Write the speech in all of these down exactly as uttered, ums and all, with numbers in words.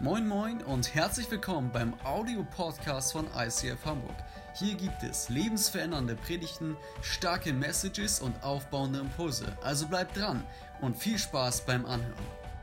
Moin Moin und herzlich willkommen beim Audio-Podcast von I C F Hamburg. Hier gibt es lebensverändernde Predigten, starke Messages und aufbauende Impulse. Also bleibt dran und viel Spaß beim Anhören.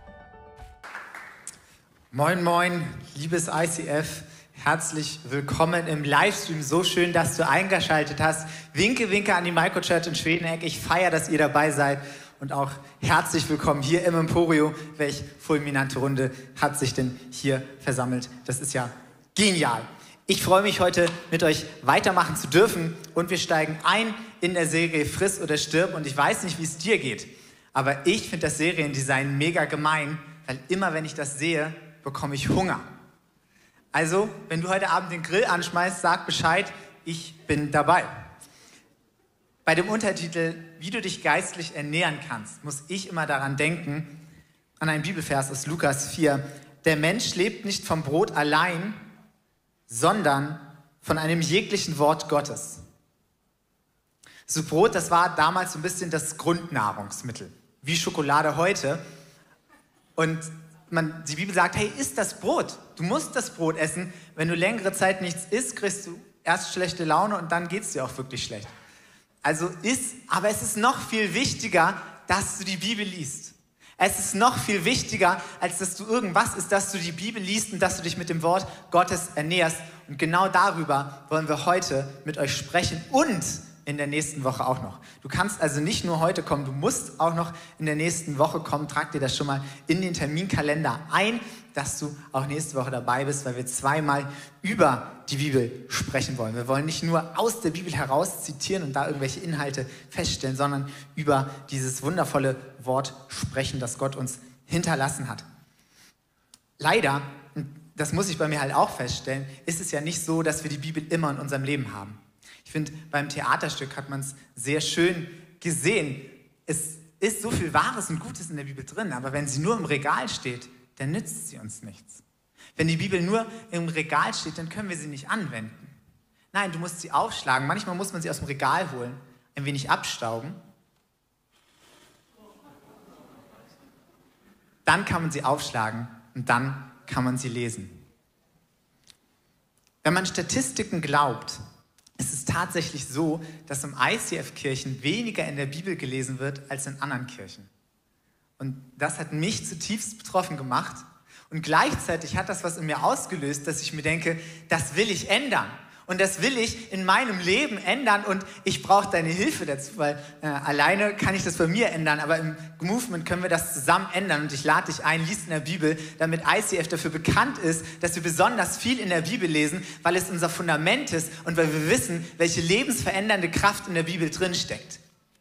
Moin Moin, liebes I C F, herzlich willkommen im Livestream. So schön, dass du eingeschaltet hast. Winke, winke an die Microchurch in Schwedeneck. Ich feiere, dass ihr dabei seid. Und auch herzlich willkommen hier im Emporio. Welch fulminante Runde hat sich denn hier versammelt? Das ist ja genial. Ich freue mich, heute mit euch weitermachen zu dürfen. Und wir steigen ein in der Serie Friss oder Stirb. Und ich weiß nicht, wie es dir geht, aber ich finde das Seriendesign mega gemein, weil immer, wenn ich das sehe, bekomme ich Hunger. Also, wenn du heute Abend den Grill anschmeißt, sag Bescheid, ich bin dabei. Bei dem Untertitel, wie du dich geistlich ernähren kannst, muss ich immer daran denken, an einen Bibelvers aus Lukas vier. Der Mensch lebt nicht vom Brot allein, sondern von einem jeglichen Wort Gottes. So Brot, das war damals so ein bisschen das Grundnahrungsmittel, wie Schokolade heute. Und man, die Bibel sagt, hey, iss das Brot. Du musst das Brot essen. Wenn du längere Zeit nichts isst, kriegst du erst schlechte Laune und dann geht es dir auch wirklich schlecht. Also ist, aber es ist noch viel wichtiger, dass du die Bibel liest. Es ist noch viel wichtiger, als dass du irgendwas ist, dass du die Bibel liest und dass du dich mit dem Wort Gottes ernährst. Und genau darüber wollen wir heute mit euch sprechen und in der nächsten Woche auch noch. Du kannst also nicht nur heute kommen, du musst auch noch in der nächsten Woche kommen. Trag dir das schon mal in den Terminkalender ein, dass du auch nächste Woche dabei bist, weil wir zweimal über die Bibel sprechen wollen. Wir wollen nicht nur aus der Bibel heraus zitieren und da irgendwelche Inhalte feststellen, sondern über dieses wundervolle Wort sprechen, das Gott uns hinterlassen hat. Leider, und das muss ich bei mir halt auch feststellen, ist es ja nicht so, dass wir die Bibel immer in unserem Leben haben. Ich finde, beim Theaterstück hat man es sehr schön gesehen. Es ist so viel Wahres und Gutes in der Bibel drin, aber wenn sie nur im Regal steht, dann nützt sie uns nichts. Wenn die Bibel nur im Regal steht, dann können wir sie nicht anwenden. Nein, du musst sie aufschlagen. Manchmal muss man sie aus dem Regal holen, ein wenig abstauben. Dann kann man sie aufschlagen und dann kann man sie lesen. Wenn man Statistiken glaubt, es ist tatsächlich so, dass im I C F-Kirchen weniger in der Bibel gelesen wird als in anderen Kirchen. Und das hat mich zutiefst betroffen gemacht. Und gleichzeitig hat das was in mir ausgelöst, dass ich mir denke, das will ich ändern. Und das will ich in meinem Leben ändern und ich brauche deine Hilfe dazu, weil äh, alleine kann ich das bei mir ändern, aber im Movement können wir das zusammen ändern. Und ich lade dich ein, lies in der Bibel, damit I C F dafür bekannt ist, dass wir besonders viel in der Bibel lesen, weil es unser Fundament ist und weil wir wissen, welche lebensverändernde Kraft in der Bibel drinsteckt.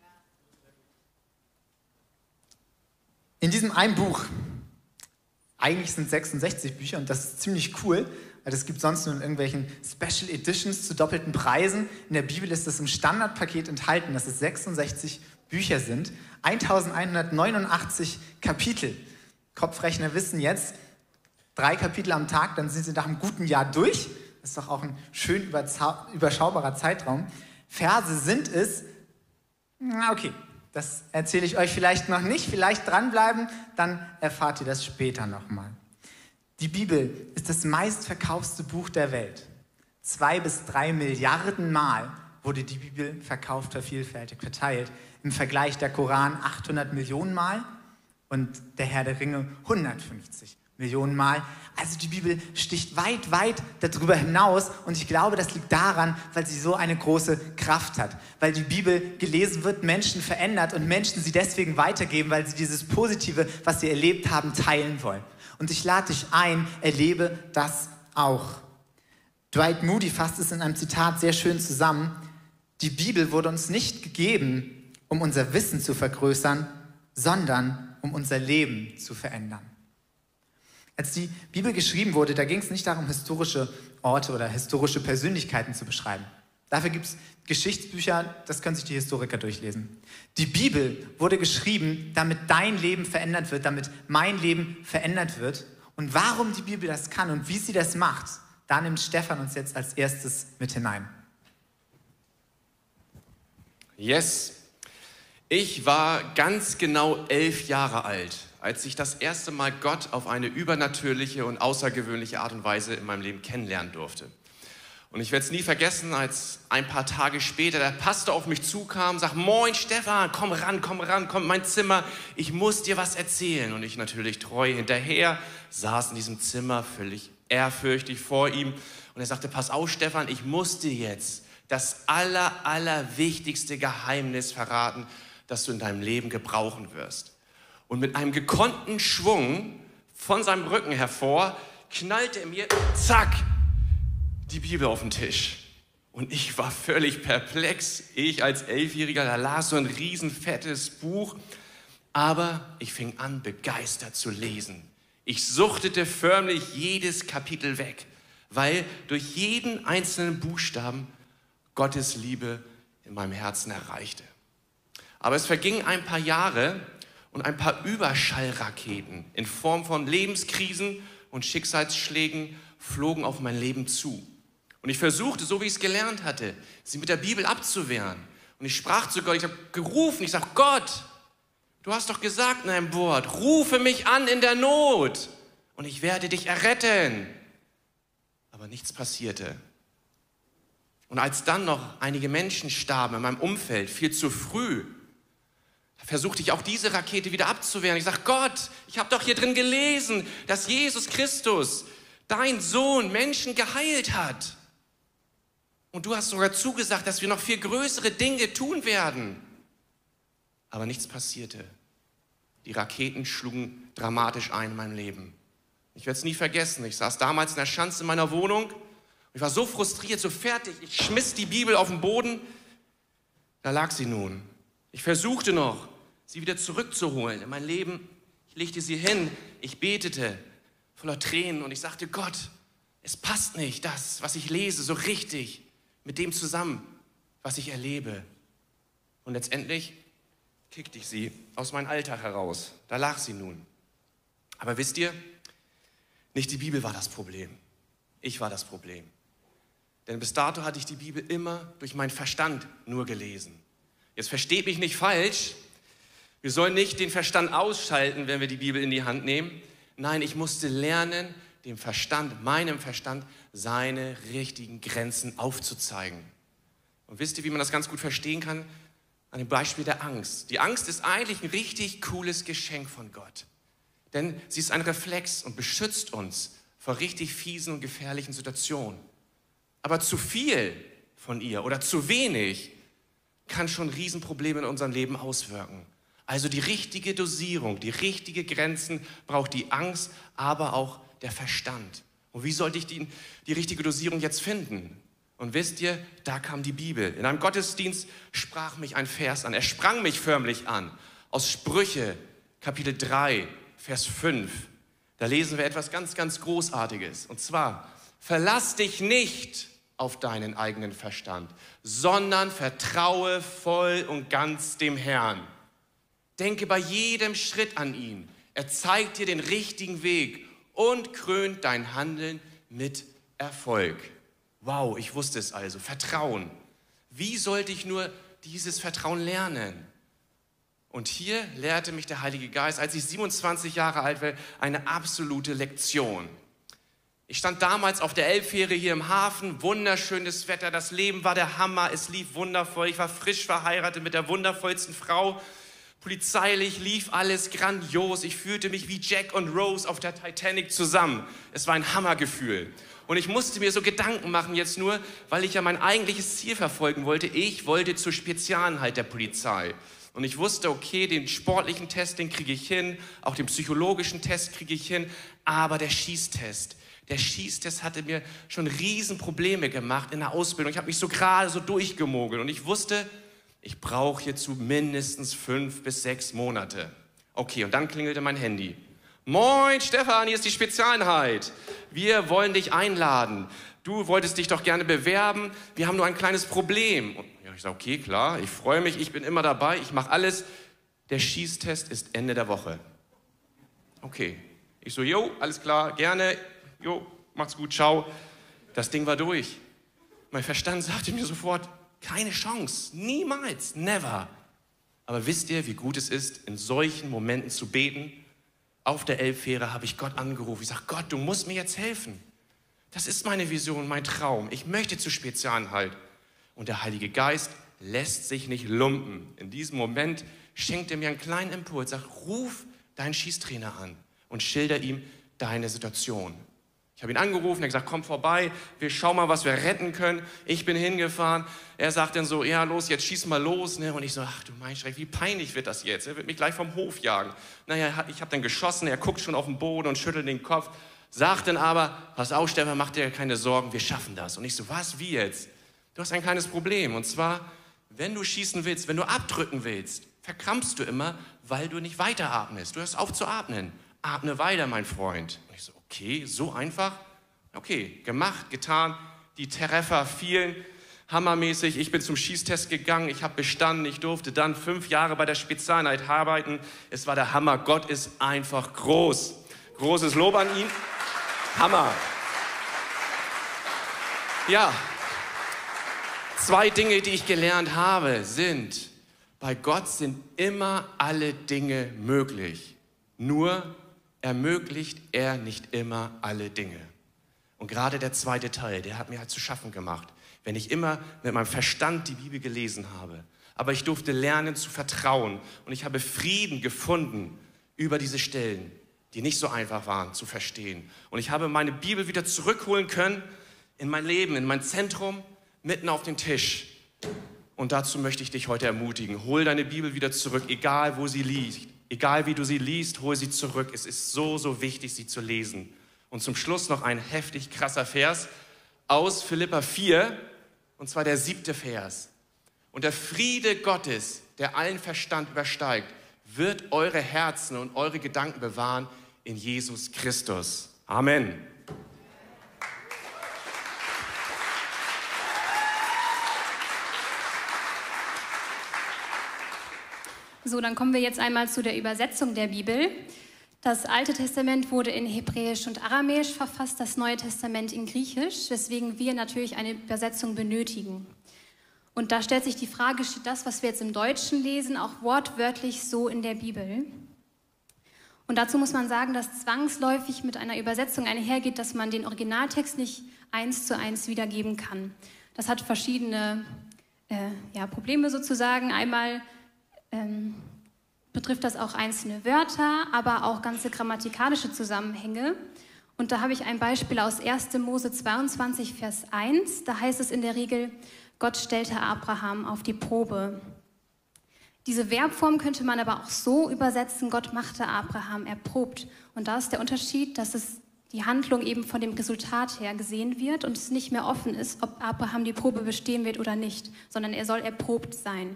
In diesem einen Buch, eigentlich sind es sechsundsechzig Bücher und das ist ziemlich cool, weil es gibt sonst nur in irgendwelchen Special Editions zu doppelten Preisen. In der Bibel ist das im Standardpaket enthalten, dass es sechsundsechzig Bücher sind, elfhundertneunundachtzig Kapitel. Kopfrechner wissen jetzt, drei Kapitel am Tag, dann sind sie nach einem guten Jahr durch. Das ist doch auch ein schön überschaubarer Zeitraum. Verse sind es, na okay, das erzähle ich euch vielleicht noch nicht, vielleicht dranbleiben, dann erfahrt ihr das später nochmal. Die Bibel ist das meistverkaufte Buch der Welt. Zwei bis drei Milliarden Mal wurde die Bibel verkauft, vervielfältigt, verteilt. Im Vergleich der Koran achthundert Millionen Mal und der Herr der Ringe hundertfünfzig Millionen Mal. Also die Bibel sticht weit, weit darüber hinaus und ich glaube, das liegt daran, weil sie so eine große Kraft hat. Weil die Bibel gelesen wird, Menschen verändert und Menschen sie deswegen weitergeben, weil sie dieses Positive, was sie erlebt haben, teilen wollen. Und ich lade dich ein, erlebe das auch. Dwight Moody fasst es in einem Zitat sehr schön zusammen. Die Bibel wurde uns nicht gegeben, um unser Wissen zu vergrößern, sondern um unser Leben zu verändern. Als die Bibel geschrieben wurde, da ging es nicht darum, historische Orte oder historische Persönlichkeiten zu beschreiben. Dafür gibt es Geschichtsbücher, das können sich die Historiker durchlesen. Die Bibel wurde geschrieben, damit dein Leben verändert wird, damit mein Leben verändert wird. Und warum die Bibel das kann und wie sie das macht, da nimmt Stefan uns jetzt als erstes mit hinein. Yes. Ich war ganz genau elf Jahre alt, als ich das erste Mal Gott auf eine übernatürliche und außergewöhnliche Art und Weise in meinem Leben kennenlernen durfte. Und ich werde es nie vergessen, als ein paar Tage später der Pastor auf mich zukam und sagt, moin Stefan, komm ran, komm ran, komm in mein Zimmer, ich muss dir was erzählen. Und ich natürlich treu hinterher, saß in diesem Zimmer völlig ehrfürchtig vor ihm. Und er sagte, pass auf Stefan, ich muss dir jetzt das aller, allerwichtigste Geheimnis verraten, das du in deinem Leben gebrauchen wirst. Und mit einem gekonnten Schwung von seinem Rücken hervor knallte er mir, zack, die Bibel auf den Tisch. Und ich war völlig perplex. Ich als Elfjähriger, da las so ein riesen fettes Buch. Aber ich fing an, begeistert zu lesen. Ich suchtete förmlich jedes Kapitel weg, weil durch jeden einzelnen Buchstaben Gottes Liebe in meinem Herzen erreichte. Aber es vergingen ein paar Jahre und ein paar Überschallraketen in Form von Lebenskrisen und Schicksalsschlägen flogen auf mein Leben zu. Und ich versuchte, so wie ich es gelernt hatte, sie mit der Bibel abzuwehren. Und ich sprach zu Gott, ich habe gerufen, ich sage, Gott, du hast doch gesagt in deinem Wort, rufe mich an in der Not und ich werde dich erretten. Aber nichts passierte. Und als dann noch einige Menschen starben in meinem Umfeld, viel zu früh, versuchte ich auch diese Rakete wieder abzuwehren. Ich sage, Gott, ich habe doch hier drin gelesen, dass Jesus Christus, dein Sohn, Menschen geheilt hat. Und du hast sogar zugesagt, dass wir noch viel größere Dinge tun werden. Aber nichts passierte. Die Raketen schlugen dramatisch ein in meinem Leben. Ich werde es nie vergessen. Ich saß damals in der Schanze in meiner Wohnung. Ich war so frustriert, so fertig. Ich schmiss die Bibel auf den Boden. Da lag sie nun. Ich versuchte noch, sie wieder zurückzuholen in mein Leben. Ich legte sie hin. Ich betete voller Tränen und ich sagte, Gott, es passt nicht, das, was ich lese, so richtig mit dem zusammen, was ich erlebe. Und letztendlich kickte ich sie aus meinem Alltag heraus. Da lag sie nun. Aber wisst ihr, nicht die Bibel war das Problem. Ich war das Problem. Denn bis dato hatte ich die Bibel immer durch meinen Verstand nur gelesen. Jetzt versteht mich nicht falsch. Wir sollen nicht den Verstand ausschalten, wenn wir die Bibel in die Hand nehmen. Nein, ich musste lernen, dem Verstand, meinem Verstand, seine richtigen Grenzen aufzuzeigen. Und wisst ihr, wie man das ganz gut verstehen kann? An dem Beispiel der Angst. Die Angst ist eigentlich ein richtig cooles Geschenk von Gott. Denn sie ist ein Reflex und beschützt uns vor richtig fiesen und gefährlichen Situationen. Aber zu viel von ihr oder zu wenig kann schon Riesenprobleme in unserem Leben auswirken. Also die richtige Dosierung, die richtigen Grenzen braucht die Angst, aber auch der Verstand. Und wie sollte ich die, die richtige Dosierung jetzt finden? Und wisst ihr, da kam die Bibel. In einem Gottesdienst sprach mich ein Vers an. Er sprang mich förmlich an. Aus Sprüche, Kapitel drei, Vers fünf. Da lesen wir etwas ganz, ganz Großartiges. Und zwar, verlass dich nicht auf deinen eigenen Verstand, sondern vertraue voll und ganz dem Herrn. Denke bei jedem Schritt an ihn. Er zeigt dir den richtigen Weg und krönt dein Handeln mit Erfolg. Wow, ich wusste es also. Vertrauen. Wie sollte ich nur dieses Vertrauen lernen? Und hier lehrte mich der Heilige Geist, als ich siebenundzwanzig Jahre alt war, eine absolute Lektion. Ich stand damals auf der Elbfähre hier im Hafen, wunderschönes Wetter, das Leben war der Hammer, es lief wundervoll. Ich war frisch verheiratet mit der wundervollsten Frau. Polizeilich lief alles grandios. Ich fühlte mich wie Jack und Rose auf der Titanic zusammen. Es war ein Hammergefühl. Und ich musste mir so Gedanken machen jetzt nur, weil ich ja mein eigentliches Ziel verfolgen wollte. Ich wollte zur Spezialeinheit der Polizei. Und ich wusste, okay, den sportlichen Test, den kriege ich hin. Auch den psychologischen Test kriege ich hin. Aber der Schießtest, der Schießtest hatte mir schon Riesenprobleme gemacht in der Ausbildung. Ich habe mich so gerade so durchgemogelt. Und ich wusste, ich brauche hierzu mindestens fünf bis sechs Monate. Okay, und dann klingelte mein Handy. Moin, Stefan, hier ist die Spezialeinheit. Wir wollen dich einladen. Du wolltest dich doch gerne bewerben. Wir haben nur ein kleines Problem. Und ja, ich sage, okay, klar, ich freue mich, ich bin immer dabei, ich mache alles. Der Schießtest ist Ende der Woche. Okay. Ich so, jo, alles klar, gerne. Jo, macht's gut, ciao. Das Ding war durch. Mein Verstand sagte mir sofort, keine Chance, niemals, never. Aber wisst ihr, wie gut es ist, in solchen Momenten zu beten? auf der Elbfähre habe ich Gott angerufen. Ich sage, Gott, du musst mir jetzt helfen. Das ist meine Vision, mein Traum. Ich möchte zur Spezialenhalt. Und der Heilige Geist lässt sich nicht lumpen. In diesem Moment schenkt er mir einen kleinen Impuls. Sagt, ruf deinen Schießtrainer an und schilder ihm deine Situation. Ich habe ihn angerufen, er hat gesagt, komm vorbei, wir schauen mal, was wir retten können. Ich bin hingefahren, er sagt dann so, ja los, jetzt schieß mal los. Und ich so, ach du mein Schreck, wie peinlich wird das jetzt? Er wird mich gleich vom Hof jagen. Naja, ich habe dann geschossen, er guckt schon auf den Boden und schüttelt den Kopf, sagt dann aber, pass auf Stefan, mach dir keine Sorgen, wir schaffen das. Und ich so, was, wie jetzt? Du hast ein kleines Problem und zwar, wenn du schießen willst, wenn du abdrücken willst, verkrampfst du immer, weil du nicht weiteratmest. Du hörst auf zu atmen. Atme weiter, mein Freund. Und ich so, okay, so einfach? Okay, gemacht, getan. Die Treffer fielen hammermäßig. Ich bin zum Schießtest gegangen. Ich habe bestanden. Ich durfte dann fünf Jahre bei der Spezialeinheit arbeiten. Es war der Hammer. Gott ist einfach groß. Großes Lob an ihn. Hammer. Ja, zwei Dinge, die ich gelernt habe, sind, bei Gott sind immer alle Dinge möglich. Nur ermöglicht er nicht immer alle Dinge. Und gerade der zweite Teil, der hat mir halt zu schaffen gemacht, wenn ich immer mit meinem Verstand die Bibel gelesen habe. Aber ich durfte lernen zu vertrauen und ich habe Frieden gefunden über diese Stellen, die nicht so einfach waren zu verstehen. Und ich habe meine Bibel wieder zurückholen können in mein Leben, in mein Zentrum, mitten auf den Tisch. Und dazu möchte ich dich heute ermutigen. Hol deine Bibel wieder zurück, egal wo sie liegt. Egal wie du sie liest, hol sie zurück. Es ist so, so wichtig, sie zu lesen. Und zum Schluss noch ein heftig krasser Vers aus Philipper vier, und zwar der siebte Vers. Und der Friede Gottes, der allen Verstand übersteigt, wird eure Herzen und eure Gedanken bewahren in Jesus Christus. Amen. So, dann kommen wir jetzt einmal zu der Übersetzung der Bibel. Das Alte Testament wurde in Hebräisch und Aramäisch verfasst, das Neue Testament in Griechisch, weswegen wir natürlich eine Übersetzung benötigen. Und da stellt sich die Frage, steht das, was wir jetzt im Deutschen lesen, auch wortwörtlich so in der Bibel? Und dazu muss man sagen, dass zwangsläufig mit einer Übersetzung einhergeht, dass man den Originaltext nicht eins zu eins wiedergeben kann. Das hat verschiedene äh, ja, Probleme sozusagen. Einmal ähm, betrifft das auch einzelne Wörter, aber auch ganze grammatikalische Zusammenhänge. Und da habe ich ein Beispiel aus erster Mose zweiundzwanzig, Vers eins. Da heißt es in der Regel, Gott stellte Abraham auf die Probe. Diese Verbform könnte man aber auch so übersetzen, Gott machte Abraham erprobt. Und da ist der Unterschied, dass es die Handlung eben von dem Resultat her gesehen wird und es nicht mehr offen ist, ob Abraham die Probe bestehen wird oder nicht, sondern er soll erprobt sein.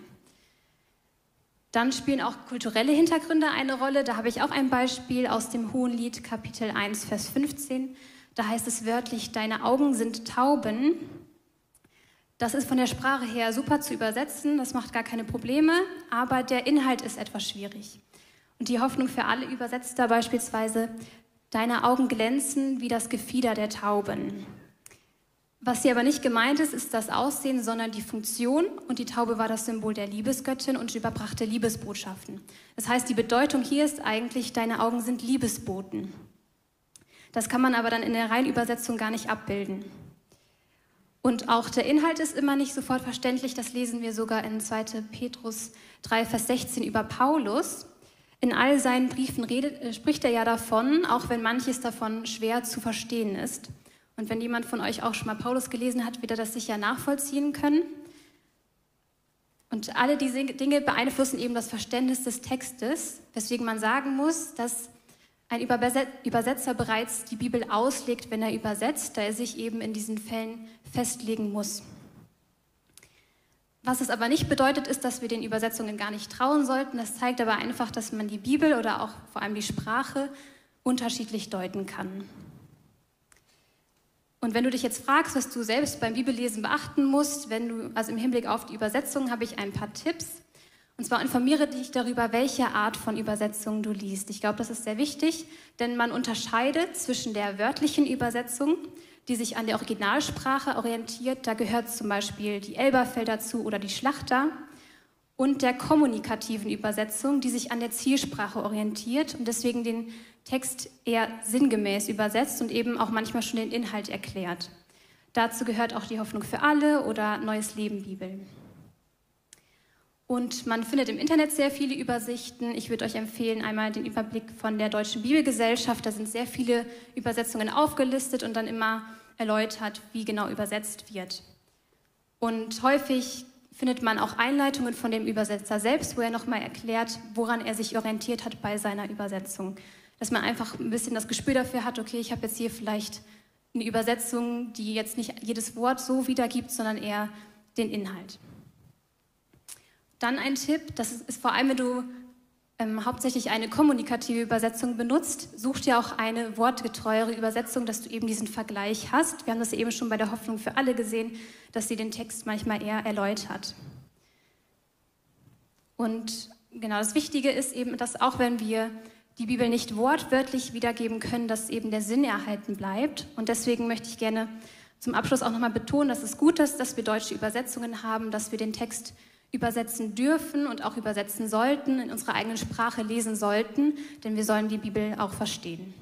Dann spielen auch kulturelle Hintergründe eine Rolle. Da habe ich auch ein Beispiel aus dem Hohenlied, Kapitel eins, Vers fünfzehn. Da heißt es wörtlich, deine Augen sind Tauben. Das ist von der Sprache her super zu übersetzen, das macht gar keine Probleme, aber der Inhalt ist etwas schwierig. Und die Hoffnung für alle übersetzt da beispielsweise, deine Augen glänzen wie das Gefieder der Tauben. Was hier aber nicht gemeint ist, ist das Aussehen, sondern die Funktion. Und die Taube war das Symbol der Liebesgöttin und überbrachte Liebesbotschaften. Das heißt, die Bedeutung hier ist eigentlich, deine Augen sind Liebesboten. Das kann man aber dann in der Reinübersetzung gar nicht abbilden. Und auch der Inhalt ist immer nicht sofort verständlich. Das lesen wir sogar in zweiter Petrus drei, Vers sechzehn über Paulus. In all seinen Briefen redet, spricht er ja davon, auch wenn manches davon schwer zu verstehen ist. Und wenn jemand von euch auch schon mal Paulus gelesen hat, wird er das sicher nachvollziehen können. Und alle diese Dinge beeinflussen eben das Verständnis des Textes, weswegen man sagen muss, dass ein Übersetzer bereits die Bibel auslegt, wenn er übersetzt, da er sich eben in diesen Fällen festlegen muss. Was es aber nicht bedeutet, ist, dass wir den Übersetzungen gar nicht trauen sollten. Das zeigt aber einfach, dass man die Bibel oder auch vor allem die Sprache unterschiedlich deuten kann. Und wenn du dich jetzt fragst, was du selbst beim Bibellesen beachten musst, wenn du, also im Hinblick auf die Übersetzung, habe ich ein paar Tipps. Und zwar informiere dich darüber, welche Art von Übersetzung du liest. Ich glaube, das ist sehr wichtig, denn man unterscheidet zwischen der wörtlichen Übersetzung, die sich an der Originalsprache orientiert. Da gehört zum Beispiel die Elberfeld dazu oder die Schlachter. und der kommunikativen Übersetzung, die sich an der Zielsprache orientiert und deswegen den Text eher sinngemäß übersetzt und eben auch manchmal schon den Inhalt erklärt. Dazu gehört auch die Hoffnung für alle oder Neues Leben Bibel. Und man findet im Internet sehr viele Übersichten. Ich würde euch empfehlen, einmal den Überblick von der Deutschen Bibelgesellschaft. Da sind sehr viele Übersetzungen aufgelistet und dann immer erläutert, wie genau übersetzt wird. Und häufig findet man auch Einleitungen von dem Übersetzer selbst, wo er nochmal erklärt, woran er sich orientiert hat bei seiner Übersetzung. Dass man einfach ein bisschen das Gespür dafür hat, okay, ich habe jetzt hier vielleicht eine Übersetzung, die jetzt nicht jedes Wort so wiedergibt, sondern eher den Inhalt. Dann ein Tipp, das ist, ist vor allem, wenn du ähm, hauptsächlich eine kommunikative Übersetzung benutzt, such dir auch eine wortgetreuere Übersetzung, dass du eben diesen Vergleich hast. Wir haben das eben schon bei der Hoffnung für alle gesehen, dass sie den Text manchmal eher erläutert. Und genau, das Wichtige ist eben, dass auch wenn wir die Bibel nicht wortwörtlich wiedergeben können, dass eben der Sinn erhalten bleibt. Und deswegen möchte ich gerne zum Abschluss auch nochmal betonen, dass es gut ist, dass wir deutsche Übersetzungen haben, dass wir den Text übersetzen dürfen und auch übersetzen sollten, in unserer eigenen Sprache lesen sollten, denn wir sollen die Bibel auch verstehen.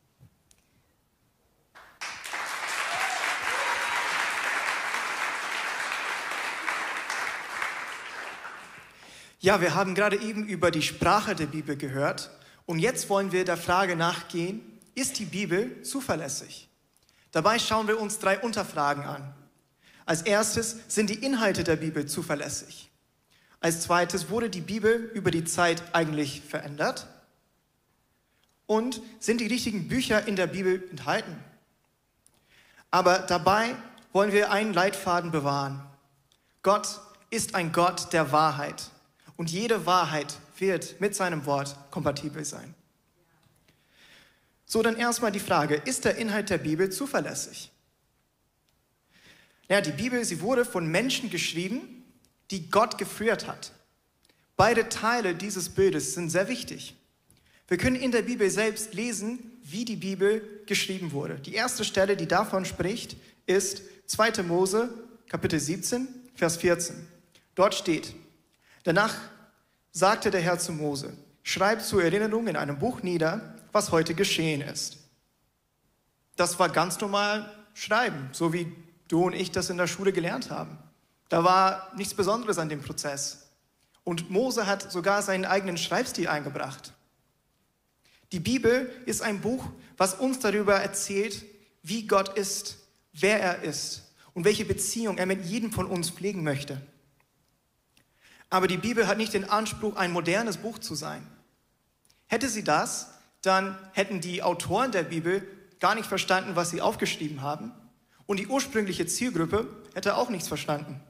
Ja, wir haben gerade eben über die Sprache der Bibel gehört und jetzt wollen wir der Frage nachgehen, ist die Bibel zuverlässig? Dabei schauen wir uns drei Unterfragen an. Als erstes, sind die Inhalte der Bibel zuverlässig? Als zweites, wurde die Bibel über die Zeit eigentlich verändert? Und sind die richtigen Bücher in der Bibel enthalten? Aber dabei wollen wir einen Leitfaden bewahren. Gott ist ein Gott der Wahrheit. Und jede Wahrheit wird mit seinem Wort kompatibel sein. So, dann erstmal die Frage, ist der Inhalt der Bibel zuverlässig? Ja, die Bibel, sie wurde von Menschen geschrieben, die Gott geführt hat. Beide Teile dieses Bildes sind sehr wichtig. Wir können in der Bibel selbst lesen, wie die Bibel geschrieben wurde. Die erste Stelle, die davon spricht, ist zweiter Mose, Kapitel siebzehn, Vers vierzehn. Dort steht: Danach sagte der Herr zu Mose: Schreib zur Erinnerung in einem Buch nieder, was heute geschehen ist. Das war ganz normal Schreiben, so wie du und ich das in der Schule gelernt haben. Da war nichts Besonderes an dem Prozess. Und Mose hat sogar seinen eigenen Schreibstil eingebracht. Die Bibel ist ein Buch, was uns darüber erzählt, wie Gott ist, wer er ist und welche Beziehung er mit jedem von uns pflegen möchte. Aber die Bibel hat nicht den Anspruch, ein modernes Buch zu sein. Hätte sie das, dann hätten die Autoren der Bibel gar nicht verstanden, was sie aufgeschrieben haben. Und die ursprüngliche Zielgruppe hätte auch nichts verstanden.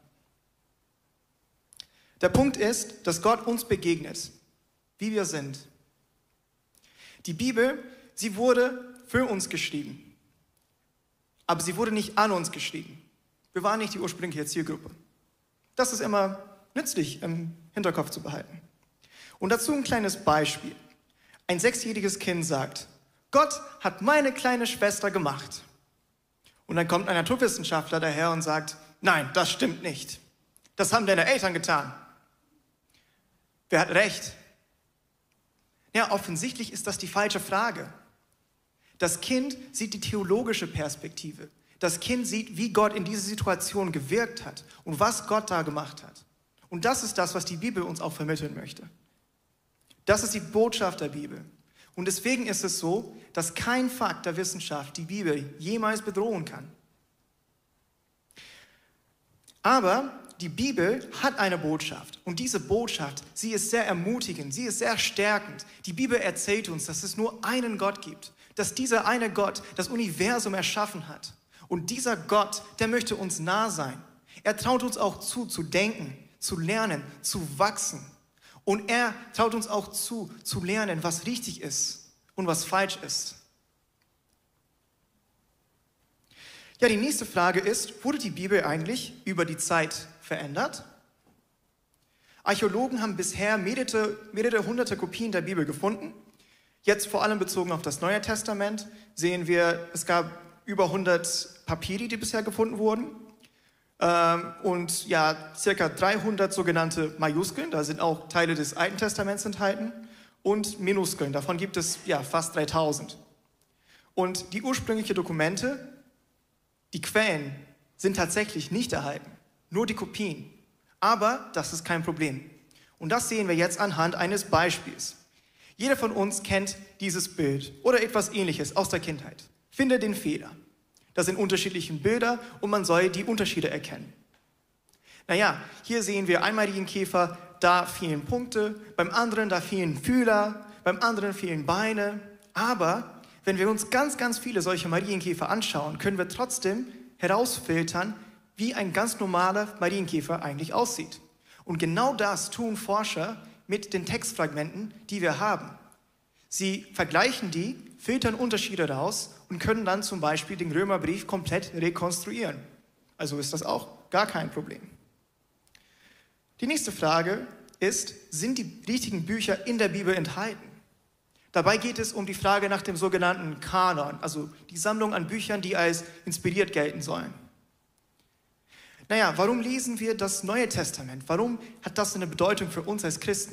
Der Punkt ist, dass Gott uns begegnet, wie wir sind. Die Bibel, sie wurde für uns geschrieben. Aber sie wurde nicht an uns geschrieben. Wir waren nicht die ursprüngliche Zielgruppe. Das ist immer nützlich im Hinterkopf zu behalten. Und dazu ein kleines Beispiel. Ein sechsjähriges Kind sagt: Gott hat meine kleine Schwester gemacht. Und dann kommt ein Naturwissenschaftler daher und sagt: Nein, das stimmt nicht. Das haben deine Eltern getan. Wer hat recht? Ja, offensichtlich ist das die falsche Frage. Das Kind sieht die theologische Perspektive. Das Kind sieht, wie Gott in diese Situation gewirkt hat und was Gott da gemacht hat. Und das ist das, was die Bibel uns auch vermitteln möchte. Das ist die Botschaft der Bibel. Und deswegen ist es so, dass kein Fakt der Wissenschaft die Bibel jemals bedrohen kann. Aber die Bibel hat eine Botschaft. Und diese Botschaft, sie ist sehr ermutigend, sie ist sehr stärkend. Die Bibel erzählt uns, dass es nur einen Gott gibt. Dass dieser eine Gott das Universum erschaffen hat. Und dieser Gott, der möchte uns nah sein. Er traut uns auch zu, zu denken, zu lernen, zu wachsen. Und er traut uns auch zu, zu lernen, was richtig ist und was falsch ist. Ja, die nächste Frage ist, wurde die Bibel eigentlich über die Zeit verändert? Archäologen haben bisher mehrere, mehrere hunderte Kopien der Bibel gefunden. Jetzt vor allem bezogen auf das Neue Testament sehen wir, es gab über hundert Papyri, die bisher gefunden wurden. ähm, und ja, circa dreihundert sogenannte Majuskeln, da sind auch Teile des Alten Testaments enthalten, und Minuskeln, davon gibt es ja fast dreitausend. Und die ursprünglichen Dokumente, die Quellen, sind tatsächlich nicht erhalten, nur die Kopien. Aber das ist kein Problem. Und das sehen wir jetzt anhand eines Beispiels. Jeder von uns kennt dieses Bild oder etwas Ähnliches aus der Kindheit. Finde den Fehler. Das sind unterschiedliche Bilder und man soll die Unterschiede erkennen. Naja, hier sehen wir einen Marienkäfer, da fehlen Punkte, beim anderen da fehlen Fühler, beim anderen fehlen Beine. Aber wenn wir uns ganz, ganz viele solche Marienkäfer anschauen, können wir trotzdem herausfiltern, wie ein ganz normaler Marienkäfer eigentlich aussieht. Und genau das tun Forscher mit den Textfragmenten, die wir haben. Sie vergleichen die, filtern Unterschiede raus und können dann zum Beispiel den Römerbrief komplett rekonstruieren. Also ist das auch gar kein Problem. Die nächste Frage ist, sind die richtigen Bücher in der Bibel enthalten? Dabei geht es um die Frage nach dem sogenannten Kanon, also die Sammlung an Büchern, die als inspiriert gelten sollen. Naja, warum lesen wir das Neue Testament? Warum hat das eine Bedeutung für uns als Christen?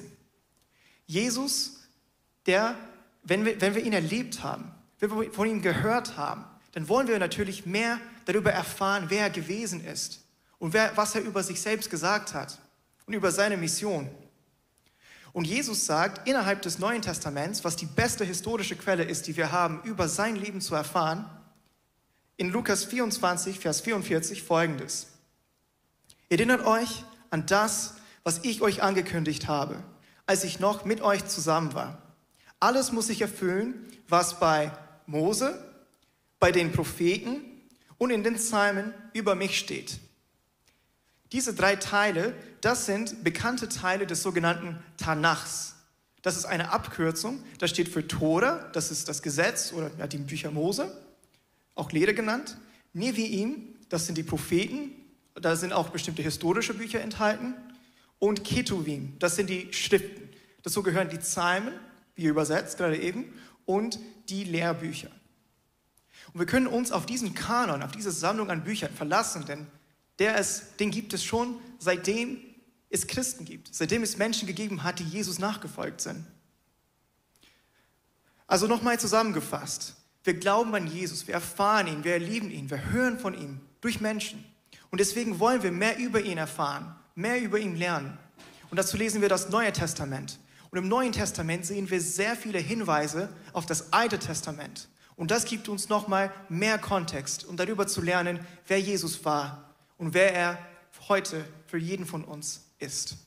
Jesus, der, wenn wir, wenn wir ihn erlebt haben, wenn wir von ihm gehört haben, dann wollen wir natürlich mehr darüber erfahren, wer er gewesen ist und wer, was er über sich selbst gesagt hat und über seine Mission. Und Jesus sagt innerhalb des Neuen Testaments, was die beste historische Quelle ist, die wir haben, über sein Leben zu erfahren, in Lukas vierundzwanzig, Vers vierundvierzig folgendes. Erinnert euch an das, was ich euch angekündigt habe, als ich noch mit euch zusammen war. Alles muss sich erfüllen, was bei Mose, bei den Propheten und in den Psalmen über mich steht. Diese drei Teile, das sind bekannte Teile des sogenannten Tanachs. Das ist eine Abkürzung, das steht für Tora, das ist das Gesetz oder ja, die Bücher Mose, auch Lehre genannt. Neviim, das sind die Propheten, da sind auch bestimmte historische Bücher enthalten. Und Ketuvim, das sind die Schriften. Dazu gehören die Psalmen, wie übersetzt gerade eben, und die Lehrbücher. Und wir können uns auf diesen Kanon, auf diese Sammlung an Büchern verlassen, denn der ist, den gibt es schon, seitdem es Christen gibt, seitdem es Menschen gegeben hat, die Jesus nachgefolgt sind. Also nochmal zusammengefasst, wir glauben an Jesus, wir erfahren ihn, wir erleben ihn, wir hören von ihm durch Menschen. Und deswegen wollen wir mehr über ihn erfahren, mehr über ihn lernen. Und dazu lesen wir das Neue Testament. Und im Neuen Testament sehen wir sehr viele Hinweise auf das Alte Testament. Und das gibt uns nochmal mehr Kontext, um darüber zu lernen, wer Jesus war und wer er heute für jeden von uns ist.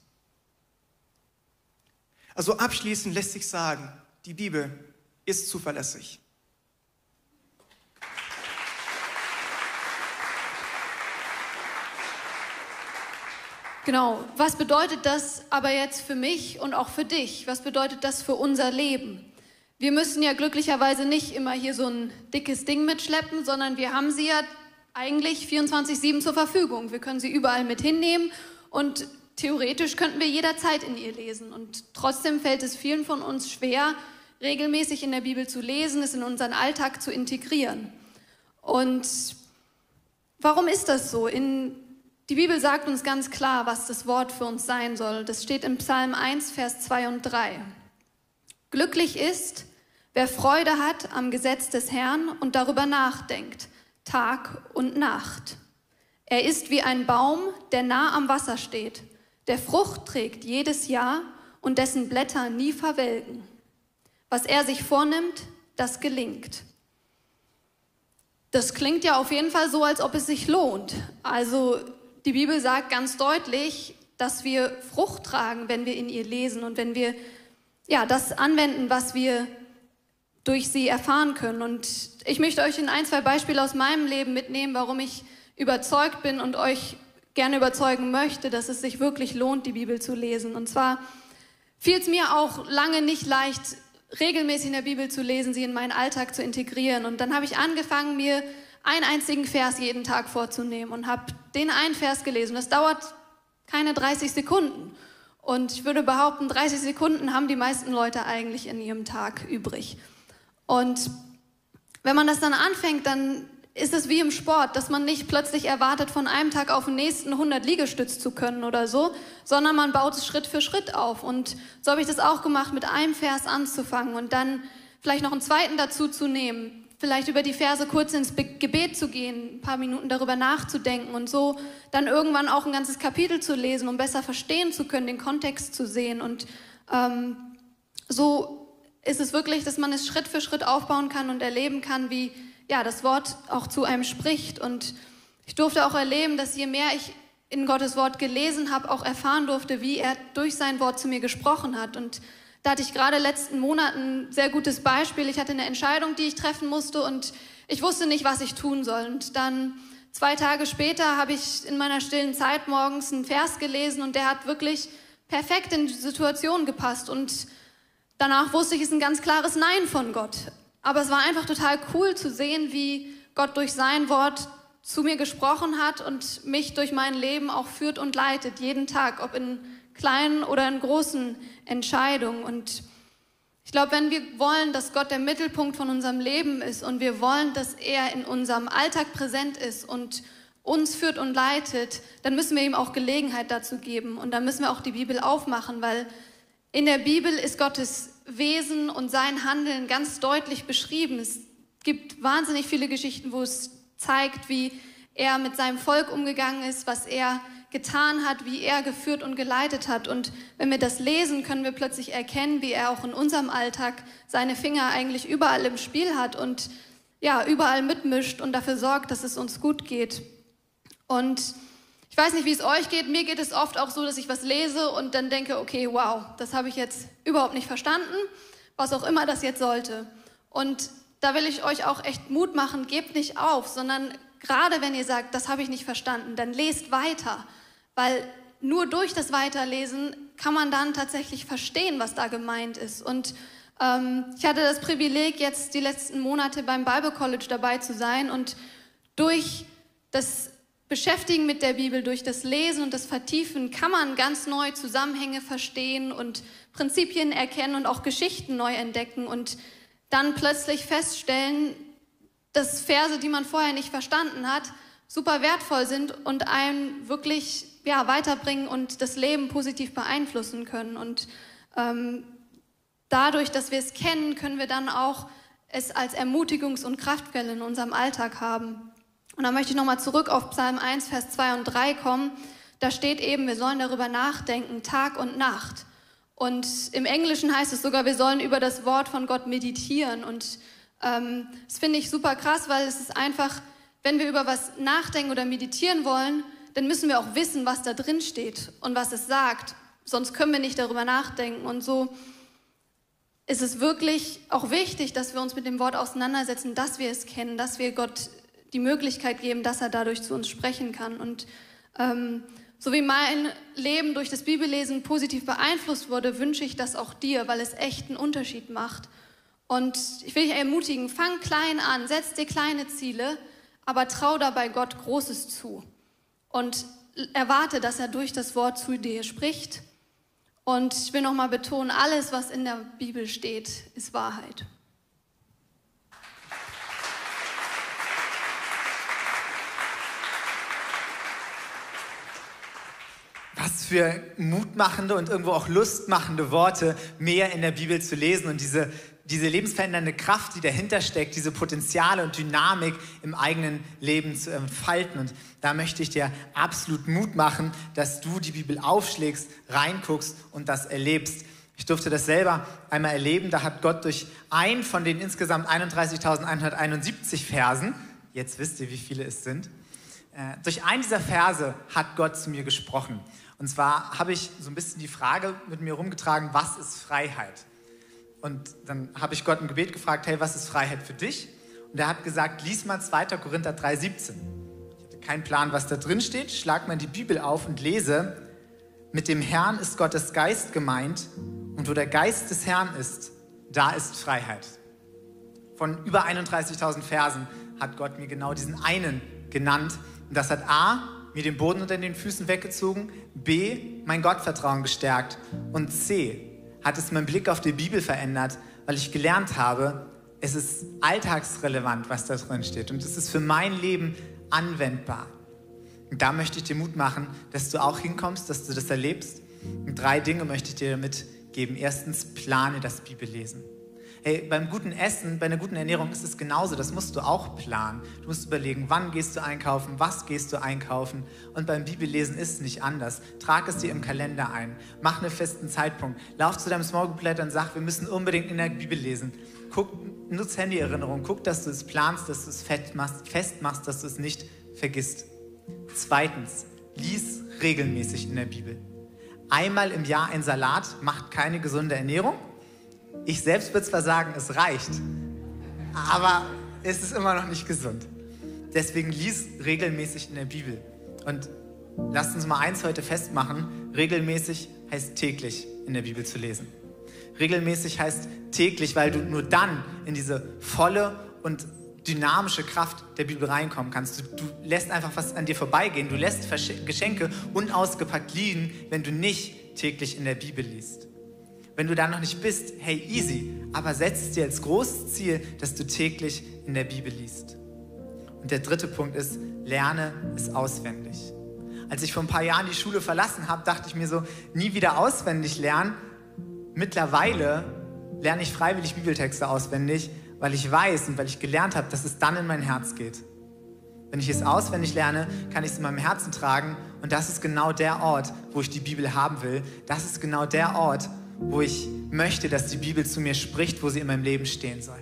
Also abschließend lässt sich sagen, die Bibel ist zuverlässig. Genau, was bedeutet das aber jetzt für mich und auch für dich? Was bedeutet das für unser Leben? Wir müssen ja glücklicherweise nicht immer hier so ein dickes Ding mitschleppen, sondern wir haben sie ja eigentlich vierundzwanzig sieben zur Verfügung. Wir können sie überall mit hinnehmen und theoretisch könnten wir jederzeit in ihr lesen. Und trotzdem fällt es vielen von uns schwer, regelmäßig in der Bibel zu lesen, es in unseren Alltag zu integrieren. Und warum ist das so? In Die Bibel sagt uns ganz klar, was das Wort für uns sein soll. Das steht im Psalm eins, Vers zwei und drei. Glücklich ist, wer Freude hat am Gesetz des Herrn und darüber nachdenkt, Tag und Nacht. Er ist wie ein Baum, der nah am Wasser steht, der Frucht trägt jedes Jahr und dessen Blätter nie verwelken. Was er sich vornimmt, das gelingt. Das klingt ja auf jeden Fall so, als ob es sich lohnt. Also die Bibel sagt ganz deutlich, dass wir Frucht tragen, wenn wir in ihr lesen und wenn wir ja, das anwenden, was wir durch sie erfahren können. Und ich möchte euch in ein, zwei Beispiele aus meinem Leben mitnehmen, warum ich überzeugt bin und euch gerne überzeugen möchte, dass es sich wirklich lohnt, die Bibel zu lesen. Und zwar fiel es mir auch lange nicht leicht, regelmäßig in der Bibel zu lesen, sie in meinen Alltag zu integrieren. Und dann habe ich angefangen, mir einen einzigen Vers jeden Tag vorzunehmen und habe den einen Vers gelesen. Das dauert keine dreißig Sekunden. Und ich würde behaupten, dreißig Sekunden haben die meisten Leute eigentlich in ihrem Tag übrig. Und wenn man das dann anfängt, dann ist es wie im Sport, dass man nicht plötzlich erwartet, von einem Tag auf den nächsten hundert Liegestütz zu können oder so, sondern man baut es Schritt für Schritt auf. Und so habe ich das auch gemacht, mit einem Vers anzufangen und dann vielleicht noch einen zweiten dazu zu nehmen, vielleicht über die Verse kurz ins Gebet zu gehen, ein paar Minuten darüber nachzudenken und so dann irgendwann auch ein ganzes Kapitel zu lesen, um besser verstehen zu können, den Kontext zu sehen. Und ähm, so ist es wirklich, dass man es Schritt für Schritt aufbauen kann und erleben kann, wie ja, das Wort auch zu einem spricht. Und ich durfte auch erleben, dass je mehr ich in Gottes Wort gelesen habe, auch erfahren durfte, wie er durch sein Wort zu mir gesprochen hat. Und da hatte ich gerade letzten Monat ein sehr gutes Beispiel. Ich hatte eine Entscheidung, die ich treffen musste und ich wusste nicht, was ich tun soll. Und dann zwei Tage später habe ich in meiner stillen Zeit morgens einen Vers gelesen und der hat wirklich perfekt in die Situation gepasst. Und danach wusste ich, es ist ein ganz klares Nein von Gott. Aber es war einfach total cool zu sehen, wie Gott durch sein Wort zu mir gesprochen hat und mich durch mein Leben auch führt und leitet, jeden Tag, ob in kleinen oder in großen Entscheidungen. Und ich glaube, wenn wir wollen, dass Gott der Mittelpunkt von unserem Leben ist und wir wollen, dass er in unserem Alltag präsent ist und uns führt und leitet, dann müssen wir ihm auch Gelegenheit dazu geben. Und dann müssen wir auch die Bibel aufmachen, weil in der Bibel ist Gottes Wesen und sein Handeln ganz deutlich beschrieben. Es gibt wahnsinnig viele Geschichten, wo es zeigt, wie er mit seinem Volk umgegangen ist, was er getan hat, wie er geführt und geleitet hat. Und wenn wir das lesen, können wir plötzlich erkennen, wie er auch in unserem Alltag seine Finger eigentlich überall im Spiel hat und ja, überall mitmischt und dafür sorgt, dass es uns gut geht. Und ich weiß nicht, wie es euch geht. Mir geht es oft auch so, dass ich was lese und dann denke, okay, wow, das habe ich jetzt überhaupt nicht verstanden, was auch immer das jetzt sollte. Und da will ich euch auch echt Mut machen, gebt nicht auf, sondern gerade wenn ihr sagt, das habe ich nicht verstanden, dann lest weiter, weil nur durch das Weiterlesen kann man dann tatsächlich verstehen, was da gemeint ist. Und ähm, ich hatte das Privileg, jetzt die letzten Monate beim Bible College dabei zu sein und durch das Beschäftigen mit der Bibel, durch das Lesen und das Vertiefen kann man ganz neu Zusammenhänge verstehen und Prinzipien erkennen und auch Geschichten neu entdecken und dann plötzlich feststellen, dass Verse, die man vorher nicht verstanden hat, super wertvoll sind und einen wirklich ja, weiterbringen und das Leben positiv beeinflussen können. Und ähm, dadurch, dass wir es kennen, können wir dann auch es als Ermutigungs- und Kraftquelle in unserem Alltag haben. Und da möchte ich nochmal zurück auf Psalm eins, Vers zwei und drei kommen. Da steht eben, wir sollen darüber nachdenken, Tag und Nacht. Und im Englischen heißt es sogar, wir sollen über das Wort von Gott meditieren. Und ähm, das finde ich super krass, weil es ist einfach, wenn wir über was nachdenken oder meditieren wollen, dann müssen wir auch wissen, was da drin steht und was es sagt. Sonst können wir nicht darüber nachdenken. Und so ist es wirklich auch wichtig, dass wir uns mit dem Wort auseinandersetzen, dass wir es kennen, dass wir Gott die Möglichkeit geben, dass er dadurch zu uns sprechen kann. Und ähm, so wie mein Leben durch das Bibellesen positiv beeinflusst wurde, wünsche ich das auch dir, weil es echt einen Unterschied macht. Und ich will dich ermutigen, fang klein an, setz dir kleine Ziele, aber trau dabei Gott Großes zu. Und erwarte, dass er durch das Wort zu dir spricht. Und ich will nochmal betonen, alles, was in der Bibel steht, ist Wahrheit. Was für mutmachende und irgendwo auch lustmachende Worte, mehr in der Bibel zu lesen und diese, diese lebensverändernde Kraft, die dahinter steckt, diese Potenziale und Dynamik im eigenen Leben zu entfalten. Und da möchte ich dir absolut Mut machen, dass du die Bibel aufschlägst, reinguckst und das erlebst. Ich durfte das selber einmal erleben. Da hat Gott durch einen von den insgesamt einunddreißigtausendeinhunderteinundsiebzig Versen, jetzt wisst ihr, wie viele es sind, äh, durch einen dieser Verse hat Gott zu mir gesprochen. Und zwar habe ich so ein bisschen die Frage mit mir rumgetragen, was ist Freiheit? Und dann habe ich Gott im Gebet gefragt, hey, was ist Freiheit für dich? Und er hat gesagt, lies mal zweiter Korinther drei siebzehn. Ich hatte keinen Plan, was da drin steht, schlag mal die Bibel auf und lese, mit dem Herrn ist Gottes Geist gemeint und wo der Geist des Herrn ist, da ist Freiheit. Von über einunddreißigtausend Versen hat Gott mir genau diesen einen genannt. Und das hat A, mir den Boden unter den Füßen weggezogen, B, mein Gottvertrauen gestärkt und C, hat es meinen Blick auf die Bibel verändert, weil ich gelernt habe, es ist alltagsrelevant, was da drin steht. Und es ist für mein Leben anwendbar. Und da möchte ich dir Mut machen, dass du auch hinkommst, dass du das erlebst. Und drei Dinge möchte ich dir mitgeben. Erstens, plane das Bibellesen. Hey, beim guten Essen, bei einer guten Ernährung ist es genauso, das musst du auch planen. Du musst überlegen, wann gehst du einkaufen, was gehst du einkaufen. Und beim Bibellesen ist es nicht anders. Trag es dir im Kalender ein, mach einen festen Zeitpunkt. Lauf zu deinem Small Group Leiter und sag, wir müssen unbedingt in der Bibel lesen. Guck, nutz Handyerinnerung, guck, dass du es planst, dass du es festmachst, dass du es nicht vergisst. Zweitens, lies regelmäßig in der Bibel. Einmal im Jahr ein Salat macht keine gesunde Ernährung. Ich selbst würde zwar sagen, es reicht, aber es ist immer noch nicht gesund. Deswegen lies regelmäßig in der Bibel. Und lasst uns mal eins heute festmachen, regelmäßig heißt täglich in der Bibel zu lesen. Regelmäßig heißt täglich, weil du nur dann in diese volle und dynamische Kraft der Bibel reinkommen kannst. Du, du lässt einfach was an dir vorbeigehen, du lässt Versch- Geschenke unausgepackt liegen, wenn du nicht täglich in der Bibel liest. Wenn du da noch nicht bist, hey, easy, aber setz es dir als großes Ziel, dass du täglich in der Bibel liest. Und der dritte Punkt ist, lerne es auswendig. Als ich vor ein paar Jahren die Schule verlassen habe, dachte ich mir so, nie wieder auswendig lernen. Mittlerweile lerne ich freiwillig Bibeltexte auswendig, weil ich weiß und weil ich gelernt habe, dass es dann in mein Herz geht. Wenn ich es auswendig lerne, kann ich es in meinem Herzen tragen und das ist genau der Ort, wo ich die Bibel haben will. Das ist genau der Ort, wo ich möchte, dass die Bibel zu mir spricht, wo sie in meinem Leben stehen soll.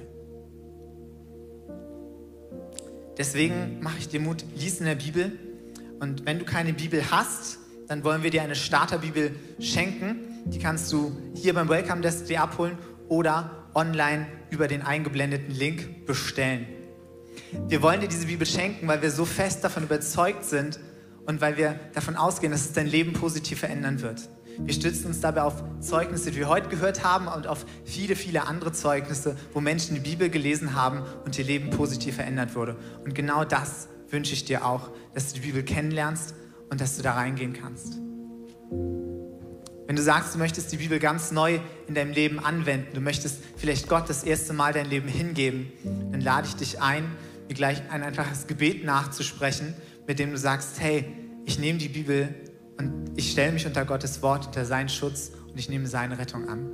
Deswegen mache ich dir Mut, lies in der Bibel. Und wenn du keine Bibel hast, dann wollen wir dir eine Starterbibel schenken. Die kannst du hier beim Welcome Desk dir abholen oder online über den eingeblendeten Link bestellen. Wir wollen dir diese Bibel schenken, weil wir so fest davon überzeugt sind und weil wir davon ausgehen, dass es dein Leben positiv verändern wird. Wir stützen uns dabei auf Zeugnisse, die wir heute gehört haben und auf viele, viele andere Zeugnisse, wo Menschen die Bibel gelesen haben und ihr Leben positiv verändert wurde. Und genau das wünsche ich dir auch, dass du die Bibel kennenlernst und dass du da reingehen kannst. Wenn du sagst, du möchtest die Bibel ganz neu in deinem Leben anwenden, du möchtest vielleicht Gott das erste Mal dein Leben hingeben, dann lade ich dich ein, mir gleich ein einfaches Gebet nachzusprechen, mit dem du sagst, hey, ich nehme die Bibel und ich stelle mich unter Gottes Wort, unter seinen Schutz und ich nehme seine Rettung an.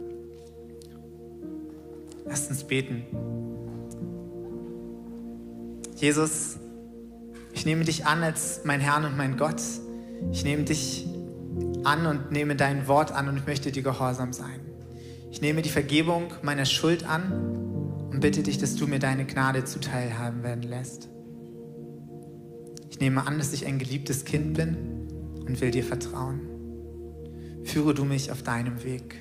Lasst uns beten. Jesus, ich nehme dich an als mein Herr und mein Gott. Ich nehme dich an und nehme dein Wort an und ich möchte dir gehorsam sein. Ich nehme die Vergebung meiner Schuld an und bitte dich, dass du mir deine Gnade zuteil haben werden lässt. Ich nehme an, dass ich ein geliebtes Kind bin und will dir vertrauen. Führe du mich auf deinem Weg.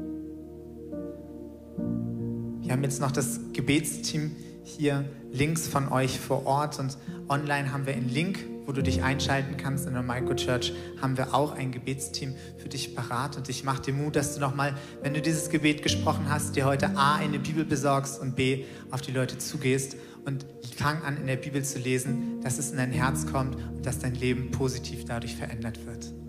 Wir haben jetzt noch das Gebetsteam hier links von euch vor Ort und online haben wir einen Link, wo du dich einschalten kannst. In der Microchurch haben wir auch ein Gebetsteam für dich parat und ich mache dir Mut, dass du nochmal, wenn du dieses Gebet gesprochen hast, dir heute A, eine Bibel besorgst und B, auf die Leute zugehst und fang an, in der Bibel zu lesen, dass es in dein Herz kommt und dass dein Leben positiv dadurch verändert wird.